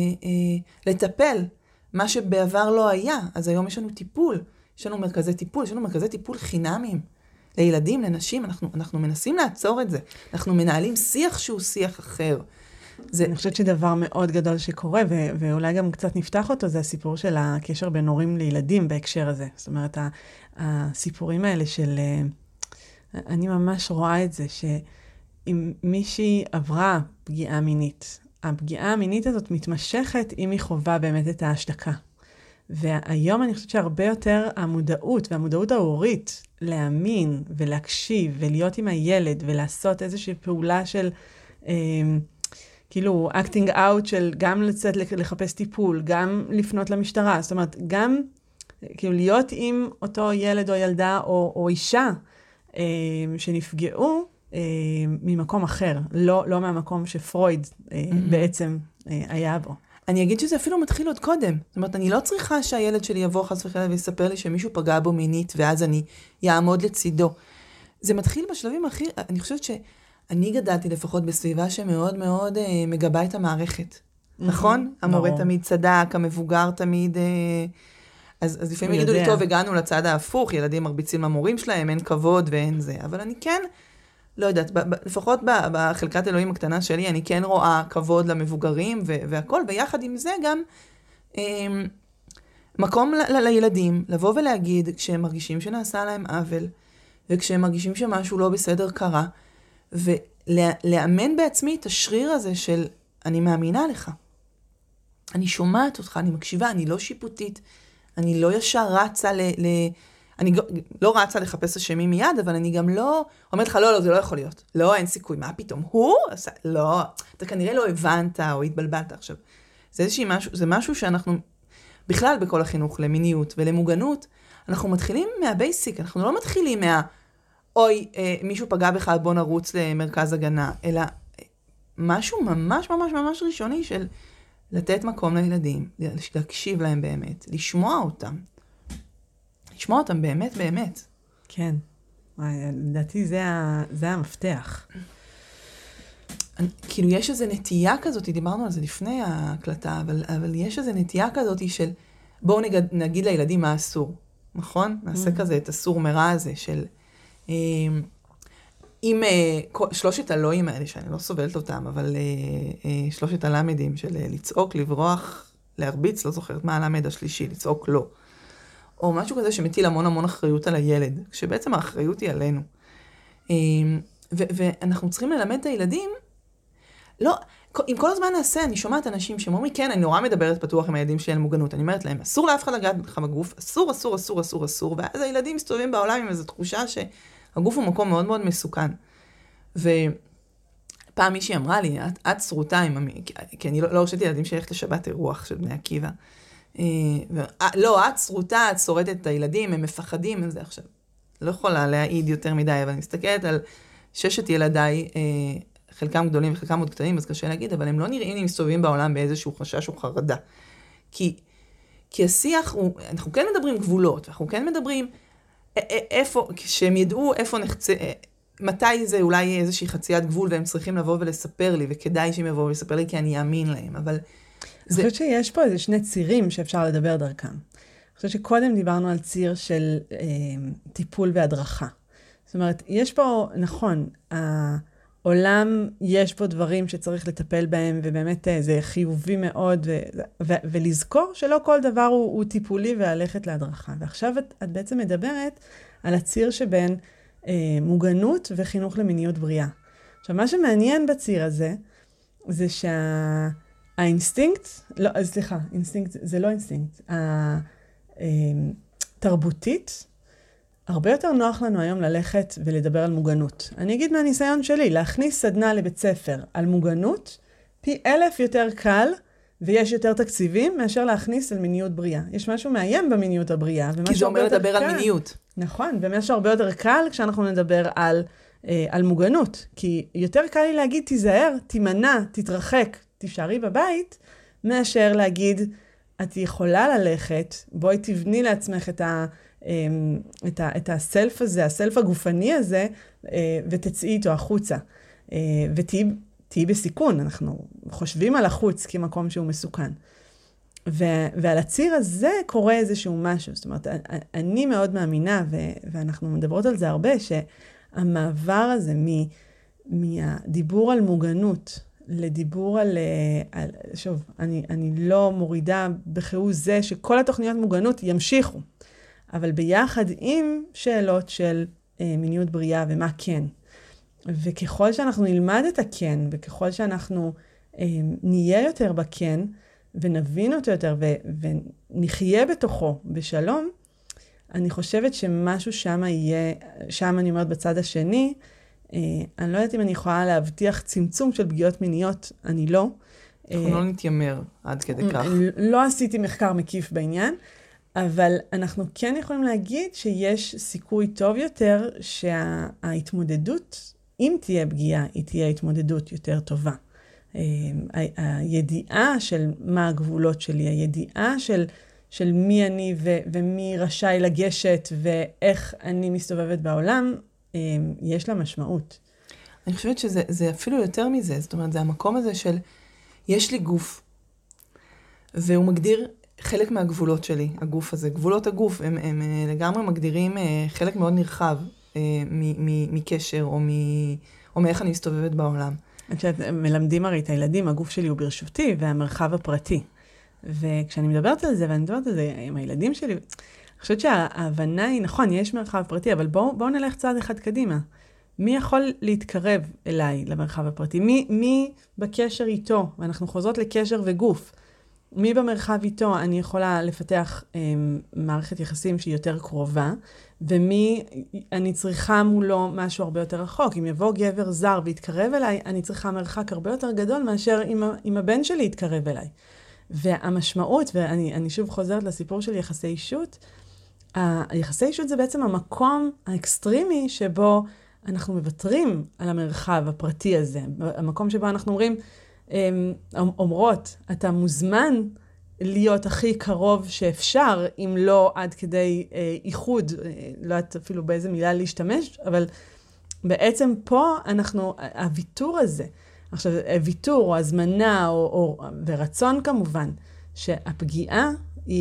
[SPEAKER 3] לטפל מה שבעבר לא היה. אז היום יש לנו טיפול, יש לנו מרכזי טיפול חינמיים לילדים, לנשים. אנחנו מנסים לעצור את זה. אנחנו מנהלים שיח שהוא שיח אחר.
[SPEAKER 2] אני חושבת שדבר מאוד גדול שקורה, ואולי גם קצת נפתח אותו, זה הסיפור של הקשר בין הורים לילדים בהקשר הזה. זאת אומרת, הסיפורים האלה של... אני ממש רואה את זה, שאם מישהי עברה פגיעה מינית, הפגיעה המינית הזאת מתמשכת אם היא חובה באמת את ההשתקה. והיום אני חושבת שהרבה יותר המודעות, והמודעות ההורית, להאמין ולהקשיב ולהיות עם הילד ולעשות איזושהי פעולה של... כאילו, acting out של גם לצאת לחפש טיפול, גם לפנות למשטרה. זאת אומרת, גם כאילו להיות עם אותו ילד או ילדה או אישה שנפגעו ממקום אחר, לא מהמקום שפרויד בעצם היה בו.
[SPEAKER 3] אני אגיד שזה אפילו מתחיל עוד קודם. זאת אומרת, אני לא צריכה שהילד שלי יבוא חס וחלילה ויספר לי שמישהו פגע בו מינית, ואז אני יעמוד לצידו. זה מתחיל בשלבים הכי... אני חושבת שאני גדלתי לפחות בסביבה שמאוד מאוד מגבה את המערכת. נכון? המורה תמיד צדק, המבוגר תמיד... אז לפעמים יגידו לי, טוב, הגענו לצד ההפוך, ילדים מרביצים למורים שלהם, אין כבוד ואין זה. אבל אני כן, לא יודעת, לפחות בחלקת אלוהים הקטנה שלי, אני כן רואה כבוד למבוגרים והכל, ויחד עם זה גם מקום לילדים, לבוא ולהגיד, כשהם מרגישים שנעשה להם עוול, וכשהם מרגישים שמשהו לא בסדר קרה, ולאמן בעצמי את השריר הזה של, אני מאמינה לך. אני שומעת אותך, אני מקשיבה, אני לא שיפוטית, אני לא ישר רצה אני לא רצה לחפש אשמים מיד, אבל אני גם לא אומרת לך, לא, זה לא יכול להיות. לא, אין סיכוי. מה פתאום? הוא? לא, אתה כנראה לא הבנת או התבלבלת עכשיו. זה משהו שאנחנו, בכלל בכל החינוך, למיניות ולמוגנות, אנחנו מתחילים מהבייסיק, אנחנו לא מתחילים אוי, מישהו פגע בך, בוא נרוץ למרכז הגנה, אלא משהו ממש ממש ממש ראשוני של לתת מקום לילדים, להקשיב להם באמת, לשמוע אותם. לשמוע אותם באמת, באמת.
[SPEAKER 2] כן. לדעתי זה המפתח.
[SPEAKER 3] כאילו יש איזו נטייה כזאת, דיברנו על זה לפני ההקלטה, אבל יש איזו נטייה כזאת של, בואו נגיד לילדים מה אסור. נכון? נעשה כזה את אסור מרע הזה של, עם שלושת הלואים האלה, שאני לא סובלת אותם, אבל שלושת הלמדים של לצעוק, לברוח, להרביץ, לא זוכרת מה הלמד השלישי, לצעוק לא. או משהו כזה שמטיל המון המון אחריות על הילד, כשבעצם האחריות היא עלינו. ואנחנו צריכים ללמד את הילדים, לא, אם כל הזמן נעשה, אני שומעת אנשים שאומרים, כן, אני נורא מדברת פתוח עם הילדים שלי על מוגנות, אני אומרת להם, אסור לאף אחד לגעת לך בגוף, אסור, אסור, אסור, אסור, אסור, ואז הילדים מסתובבים בעולם עם איזו תחושה שהגוף הוא מקום מאוד מאוד מסוכן. ופעם מישהי אמרה לי, את צרוטה, כי אני לא רציתי ילדים שהלכת לשבת אירוח של בני עקיבא. לא, את צרוטה, את שורדת את הילדים, הם מפחדים, הם זה עכשיו. לא יכולה להעיד יותר מדי, אבל אני מסתכלת על 6 ילדיי, חלקם גדולים וחלקם מאוד קטנים, אז קשה להגיד, אבל הם לא נראים לי מסתובבים בעולם באיזשהו חשש או חרדה. כי השיח הוא, אנחנו כן מדברים גבולות, אנחנו כן מדברים איפה, שהם ידעו איפה מתי זה אולי איזושהי חציית גבול, והם צריכים לבוא ולספר לי, וכדאי שהם יבואו ולספר לי, כי אני אאמין להם, אבל
[SPEAKER 2] אני חושבת שיש פה איזה 2 צירים שאפשר לדבר דרכם. אני חושבת שקודם דיברנו על ציר של טיפול והדרכה. זאת אומרת, יש פה, נכון, העולם, יש פה דברים שצריך לטפל בהם, ובאמת זה חיובי מאוד, ולזכור שלא כל דבר הוא טיפולי והלכת להדרכה. ועכשיו את בעצם מדברת על הציר שבין מוגנות וחינוך למיניות בריאה. עכשיו, מה שמעניין בציר הזה, זה האינסטינקט, לא, סליחה, אינסטינקט, זה לא אינסטינקט, תרבותית, הרבה יותר נוח לנו היום ללכת ולדבר על מוגנות. אני אגיד מהניסיון שלי, להכניס סדנה לבית ספר על מוגנות, פי 1000 יותר קל, ויש יותר תקציבים, מאשר להכניס על מיניות בריאה. יש משהו מאיים במיניות הבריאה.
[SPEAKER 3] כי זה אומר לדבר על מיניות.
[SPEAKER 2] נכון, ומשהו הרבה יותר קל כשאנחנו נדבר על מוגנות. כי יותר קל לי להגיד, תיזהר, תימנע, תתרחק, תישארי בבית, מאשר להגיד, את יכולה ללכת, בואי תבני לעצמך את הסלף הזה, הסלף הגופני הזה, ותצאי איתו החוצה. ותהי בסיכון, אנחנו חושבים על החוץ כמקום שהוא מסוכן. ועל הציר הזה קורה איזשהו משהו. זאת אומרת, אני מאוד מאמינה, ואנחנו מדברות על זה הרבה, שהמעבר הזה מהדיבור על מוגנות, לדיבור על שוב, אני לא מורידה בכאו זה שכל התוכניות מוגנות ימשיכו, אבל ביחד עם שאלות של מיניות בריאה ומה כן. וככל שאנחנו נלמד את הכן, וככל שאנחנו נהיה יותר בכן, ונבין אותו יותר, ונחיה בתוכו בשלום, אני חושבת שמשהו שם יהיה, שם אני אומרת בצד השני, אני לא יודעת אם אני יכולה להבטיח צמצום של פגיעות מיניות, אני לא.
[SPEAKER 3] אנחנו לא נתיימר עד כדי כך.
[SPEAKER 2] לא עשיתי מחקר מקיף בעניין, אבל אנחנו כן יכולים להגיד שיש סיכוי טוב יותר שההתמודדות, אם תהיה פגיעה, היא תהיה התמודדות יותר טובה. הידיעה של מה הגבולות שלי, הידיעה של מי אני ומי רשאי לגשת ואיך אני מסתובבת בעולם, יש לה משמעות.
[SPEAKER 3] אני חושבת שזה אפילו יותר מזה, זאת אומרת, זה המקום הזה של, יש לי גוף, והוא מגדיר חלק מהגבולות שלי, הגוף הזה. גבולות הגוף, הם לגמרי מגדירים חלק מאוד נרחב מקשר, או מאיך אני מסתובבת בעולם.
[SPEAKER 2] כשאת מלמדים הרי את הילדים, הגוף שלי הוא ברשותי, והמרחב הפרטי. וכשאני מדברת על זה, ואני מדברת על זה עם הילדים שלי, אני חושבת שההבנה היא, נכון, יש מרחב פרטי, אבל בואו נלך צעד אחד קדימה. מי יכול להתקרב אליי למרחב הפרטי? מי בקשר איתו? ואנחנו חוזרות לקשר וגוף. מי במרחב איתו אני יכולה לפתח מערכת יחסים שהיא יותר קרובה, ומי אני צריכה מולו משהו הרבה יותר רחוק. אם יבוא גבר זר ויתקרב אליי, אני צריכה מרחק הרבה יותר גדול מאשר אם הבן שלי יתקרב אליי. והמשמעות, ואני שוב חוזרת לסיפור של יחסי אישות, היחסי אישות זה בעצם המקום האקסטרימי שבו אנחנו מבטרים על המרחב הפרטי הזה. המקום שבו אנחנו אומרות, אתה מוזמן להיות הכי קרוב שאפשר, אם לא עד כדי איחוד, לא יודעת אפילו באיזה מילה להשתמש, אבל בעצם פה הוויתור הזה, עכשיו, ויתור או הזמנה ורצון כמובן, שהפגיעה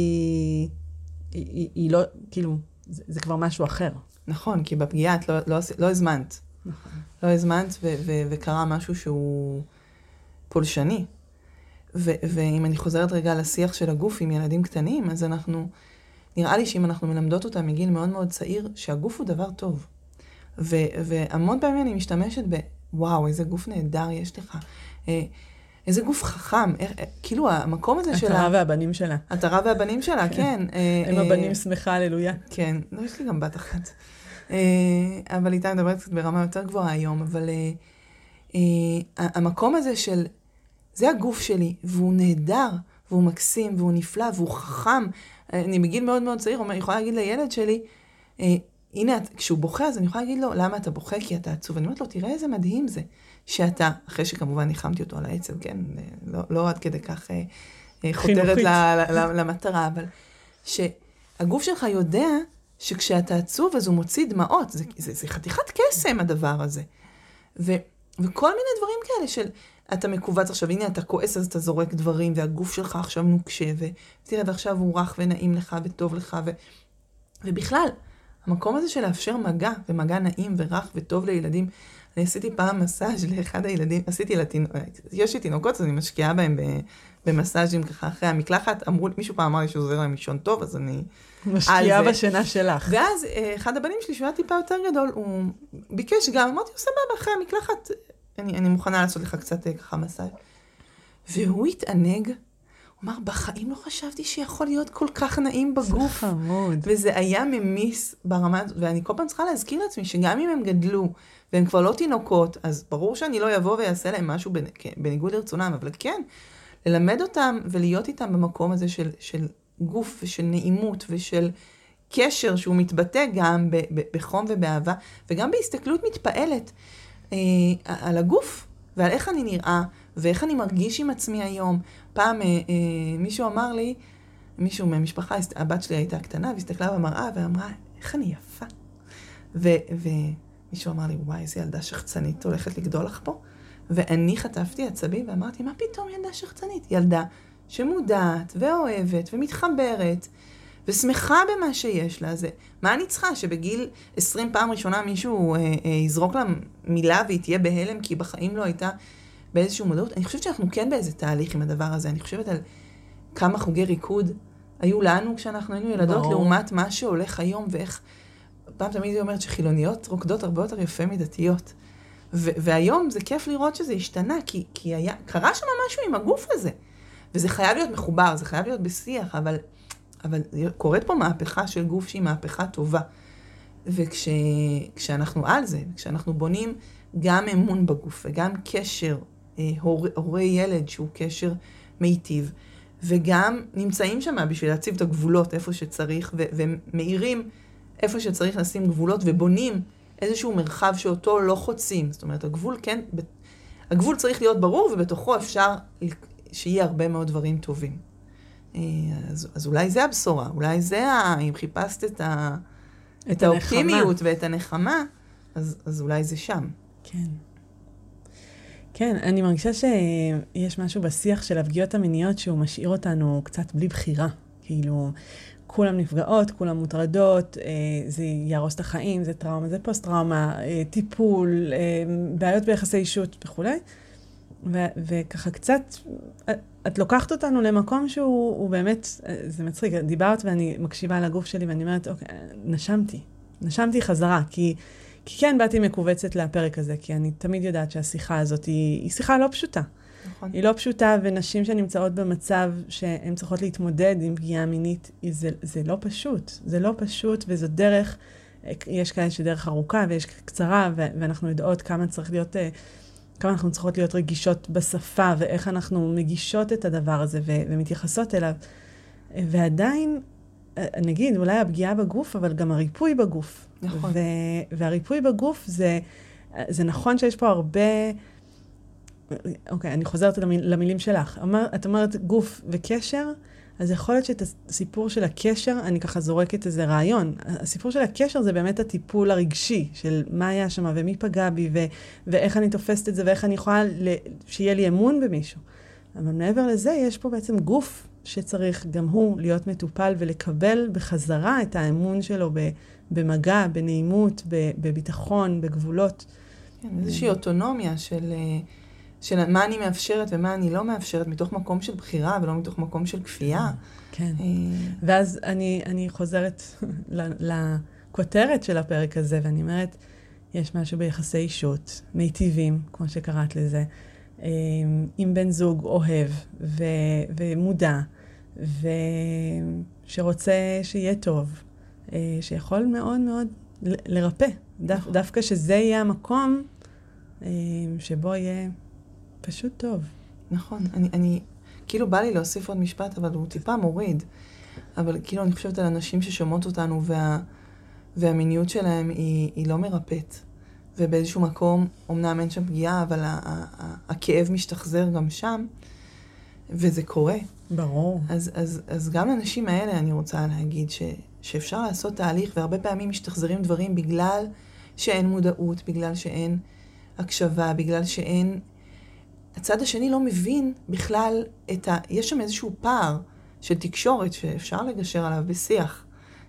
[SPEAKER 2] היא לא, כאילו, זה כבר משהו אחר.
[SPEAKER 3] נכון, כי בפגיעה את לא הזמנת.
[SPEAKER 2] נכון.
[SPEAKER 3] לא הזמנת וקרה משהו שהוא פולשני. ואם אני חוזרת רגע לשיח של הגוף עם ילדים קטנים, אז נראה לי שאם אנחנו מלמדות אותם מגיל מאוד מאוד צעיר, שהגוף הוא דבר טוב. והמון פעמים אני משתמשת וואו, איזה גוף נהדר יש לך. איזה גוף חכם, כאילו המקום הזה שלה...
[SPEAKER 2] התרה והבנים שלה.
[SPEAKER 3] התרה והבנים שלה, כן.
[SPEAKER 2] הם הבנים שמחה, הללויה.
[SPEAKER 3] כן, לא, יש לי גם בת אחת. אבל איתה מדברת קצת ברמה יותר גבוהה היום, אבל המקום הזה של, זה הגוף שלי, והוא נהדר, והוא מקסים, והוא נפלא, והוא חכם. אני בגיל מאוד מאוד צעיר, אני יכולה להגיד לילד שלי, הנה, כשהוא בוכה, אז אני יכולה להגיד לו, למה אתה בוכה? כי אתה עצוב. אני אומרת לו, תראה איזה מדהים זה, שאתה, אחרי שכמובן ניחמתי אותו על העצב, כן? לא עד כדי כך חותרת למטרה, אבל שהגוף שלך יודע שכשאתה עצוב, אז הוא מוציא דמעות. זה חתיכת קסם, הדבר הזה. וכל מיני דברים כאלה של, אתה מקובץ עכשיו, הנה אתה כועס, אז אתה זורק דברים, והגוף שלך עכשיו נוקשה, ותראה, ועכשיו הוא רך ונעים לך וטוב לך, ובכלל, המקום הזה של לאפשר מגע, ומגע נעים ורח וטוב לילדים. אני עשיתי פעם מסאז' לאחד הילדים, יש לי תינוקות, אז אני משקיעה בהם במסאז'ים ככה אחרי המקלחת. מישהו פעם אמר לי שהוא עוזר להם לישון טוב, אז אני...
[SPEAKER 2] משקיעה בשינה שלך.
[SPEAKER 3] ואז אחד הבנים שלי, שהוא היה טיפה יותר גדול, הוא ביקש גם, אמרתי, הוא סבבה, אחרי המקלחת, אני מוכנה לעשות לך קצת ככה מסאז'. והוא התענג, הוא אמר, בחיים לא חשבתי שיכול להיות כל כך נעים בגוף.
[SPEAKER 2] זה חמוד.
[SPEAKER 3] וזה היה ממיס ברמה, ואני כל פעם צריכה להזכיר לעצמי, שגם אם הם גדלו, והם כבר לא תינוקות, אז ברור שאני לא יבוא ויעשה להם משהו בניגוד לרצונם, אבל כן, ללמד אותם ולהיות איתם במקום הזה של גוף ושל נעימות ושל קשר שהוא מתבטא גם בחום ובאהבה, וגם בהסתכלות מתפעלת על הגוף ועל איך אני נראה ואיך אני מרגיש עם עצמי היום. פעם מישהו אמר לי, מישהו מהמשפחה, הבת שלי הייתה קטנה והסתכלה במראה ואמרה, איך אני יפה. ומישהו אמר לי, וואי, איזה ילדה שחצנית הולכת לגדול לך פה. ואני חטפתי עצבים ואמרתי, מה פתאום ילדה שחצנית? ילדה שמודעת ואוהבת ומתחברת ושמחה במה שיש לה. זה, מה אני צריכה? שבגיל 20 פעם ראשונה מישהו יזרוק לה מילה והיא תהיה בהלם כי בחיים לא הייתה באיזשהו מודעות? אני חושבת שאנחנו כן באיזה תהליך עם הדבר הזה. אני חושבת על כמה חוגי ריקוד היו לנו כשאנחנו היינו ילדות, לעומת מה שהולך היום, ואיך פעם תמיד היא אומרת שחילוניות רוקדות הרבה יותר יפה מדתיות. והיום זה כיף לראות שזה השתנה, כי קרה שם משהו עם הגוף הזה. וזה חייב להיות מחובר, זה חייב להיות בשיח, אבל קורית פה מהפכה של גוף שהיא מהפכה טובה. וכשאנחנו על זה, כשאנחנו בונים גם אמון בגוף, וגם קשר הורי ילד שהוא קשר מיטיב, וגם נמצאים שם בשביל להציב את הגבולות איפה שצריך, ומאירים איפה שצריך לשים גבולות, ובונים איזשהו מרחב שאותו לא חוצים. זאת אומרת, הגבול כן, הגבול צריך להיות ברור, ובתוכו אפשר שיהיה הרבה מאוד דברים טובים. אז אולי זה הבשורה, אולי זה, אם חיפשת את האופטימיות ואת הנחמה, אז אולי זה שם.
[SPEAKER 2] כן. כן, אני מרגישה שיש משהו בשיח של הפגיעות המיניות שהוא משאיר אותנו קצת בלי בחירה. כאילו, כולם נפגעות, כולם מוטרדות, זה ירוס את החיים, זה טראומה, זה פוסט-טראומה, טיפול, בעיות ביחסי אישות וכו'. וככה קצת, את לוקחת אותנו למקום שהוא באמת, זה מצחיק, דיברת ואני מקשיבה על הגוף שלי ואני אומרת, אוקיי, נשמתי חזרה, כי כן באתי מקובצת לפרק הזה, כי אני תמיד יודעת שהשיחה הזאת היא שיחה לא פשוטה. נכון. היא לא פשוטה, ונשים שנמצאות במצב שהן צריכות להתמודד עם פגיעה מינית, זה לא פשוט. זה לא פשוט, וזו דרך, יש כאלה שדרך ארוכה ויש קצרה, ואנחנו יודעות כמה אנחנו צריכות להיות רגישות בשפה, ואיך אנחנו מגישות את הדבר הזה ומתייחסות אליו. ועדיין, נגיד, אולי הפגיעה בגוף, אבל גם הריפוי בגוף. נכון. והריפוי בגוף זה נכון שיש פה הרבה... אוקיי, אני חוזרת למילים שלך. את אומרת גוף וקשר, אז יכול להיות שאת הסיפור של הקשר, אני ככה זורקת איזה רעיון. הסיפור של הקשר זה באמת הטיפול הרגשי, של מה היה שם ומי פגע בי, ואיך אני תופסת את זה, ואיך אני יכולה שיהיה לי אמון במישהו. אבל מעבר לזה, יש פה בעצם גוף שצריך גם הוא להיות מטופל ולקבל בחזרה את האמון שלו במגע, בנעימות, בביטחון, בגבולות.
[SPEAKER 3] כן, איזושהי אוטונומיה של מה אני מאפשרת ומה אני לא מאפשרת, מתוך מקום של בחירה ולא מתוך מקום של כפייה.
[SPEAKER 2] כן. ואז אני חוזרת לכותרת של הפרק הזה, ואני אומרת, יש משהו ביחסי אישות, מיטיבים, כמו שקראת לזה, עם בן זוג אוהב ומודע, שרוצה שיהיה טוב, שיכול מאוד מאוד לרפא. דווקא שזה יהיה המקום שבו יהיה פשוט טוב.
[SPEAKER 3] נכון. אני כאילו בא לי להוסיף עוד משפט, אבל הוא טיפה מוריד. אבל כאילו אני חושבת על אנשים ששומעות אותנו והמיניות שלהם היא לא מרפאת. ובאיזשהו מקום, אמנם אין שם פגיעה, אבל הכאב משתחזר גם שם, וזה קורה.
[SPEAKER 2] ברור.
[SPEAKER 3] אז גם לאנשים האלה אני רוצה להגיד שאפשר לעשות תהליך, והרבה פעמים משתחזרים דברים בגלל שאין מודעות, בגלל שאין הקשבה, בגלל שאין... הצד השני לא מבין בכלל יש שם איזשהו פער של תקשורת שאפשר לגשר עליו בשיח.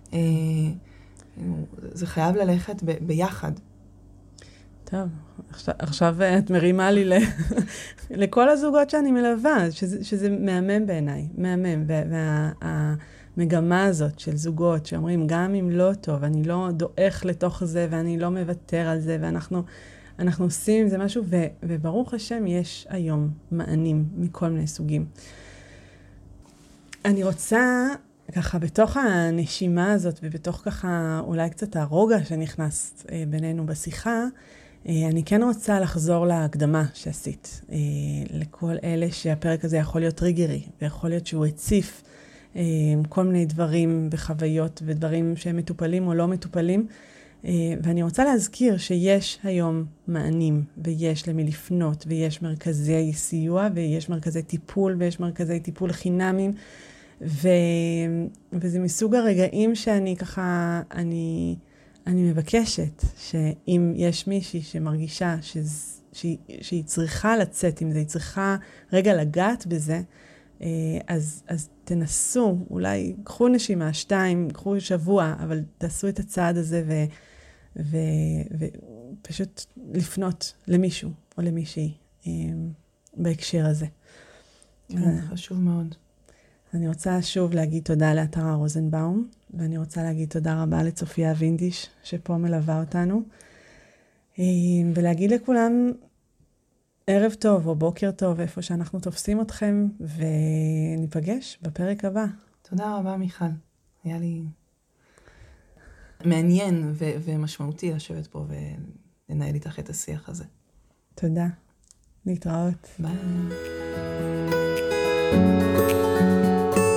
[SPEAKER 3] זה חייב ללכת ביחד.
[SPEAKER 2] טוב, עכשיו את מרימה לי לכל הזוגות שאני מלווה, שזה מהמם בעיניי, מהמם. והמגמה הזאת של זוגות שאומרים, גם אם לא טוב, אני לא דואך לתוך זה, ואני לא מוותר על זה, ואנחנו עושים עם זה משהו, וברוך השם יש היום מענים מכל מיני סוגים. אני רוצה, ככה, בתוך הנשימה הזאת, ובתוך ככה אולי קצת הרוגע שנכנס בינינו בשיחה, אני כן רוצה לחזור להקדמה שעשית, לכל אלה שהפרק הזה יכול להיות טריגרי, ויכול להיות שהוא הציף כל מיני דברים וחוויות ודברים שהם מטופלים או לא מטופלים, ואני רוצה להזכיר שיש היום מענים, ויש למי לפנות, ויש מרכזי סיוע, ויש מרכזי טיפול, ויש מרכזי טיפול חינמים, וזה מסוג הרגעים שאני ככה, אני מבקשת שאם יש מישהי שמרגישה שהיא צריכה לצאת עם זה, היא צריכה רגע לגעת בזה, אז תנסו, אולי קחו נשימה, 2, קחו שבוע, אבל תעשו את הצעד הזה ופשוט לפנות למישהו או למישהי בהקשר הזה.
[SPEAKER 3] כן, חשוב מאוד.
[SPEAKER 2] אני רוצה שוב להגיד תודה לאתר רוזנבאום, ואני רוצה להגיד תודה רבה לצופיה וינדיש, שפה מלווה אותנו, ולהגיד לכולם ערב טוב או בוקר טוב, איפה שאנחנו תופסים אתכם, וניפגש בפרק הבא.
[SPEAKER 3] תודה רבה, מיכל. היה לי מעניין ומשמעותי לשבת פה ולנהל איתך את השיח הזה.
[SPEAKER 2] תודה. להתראות.
[SPEAKER 3] ביי.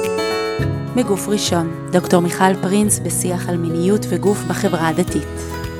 [SPEAKER 1] בגוף ראשון, דוקטור מיכל פרינס בשיח על מיניות וגוף בחברה הדתית.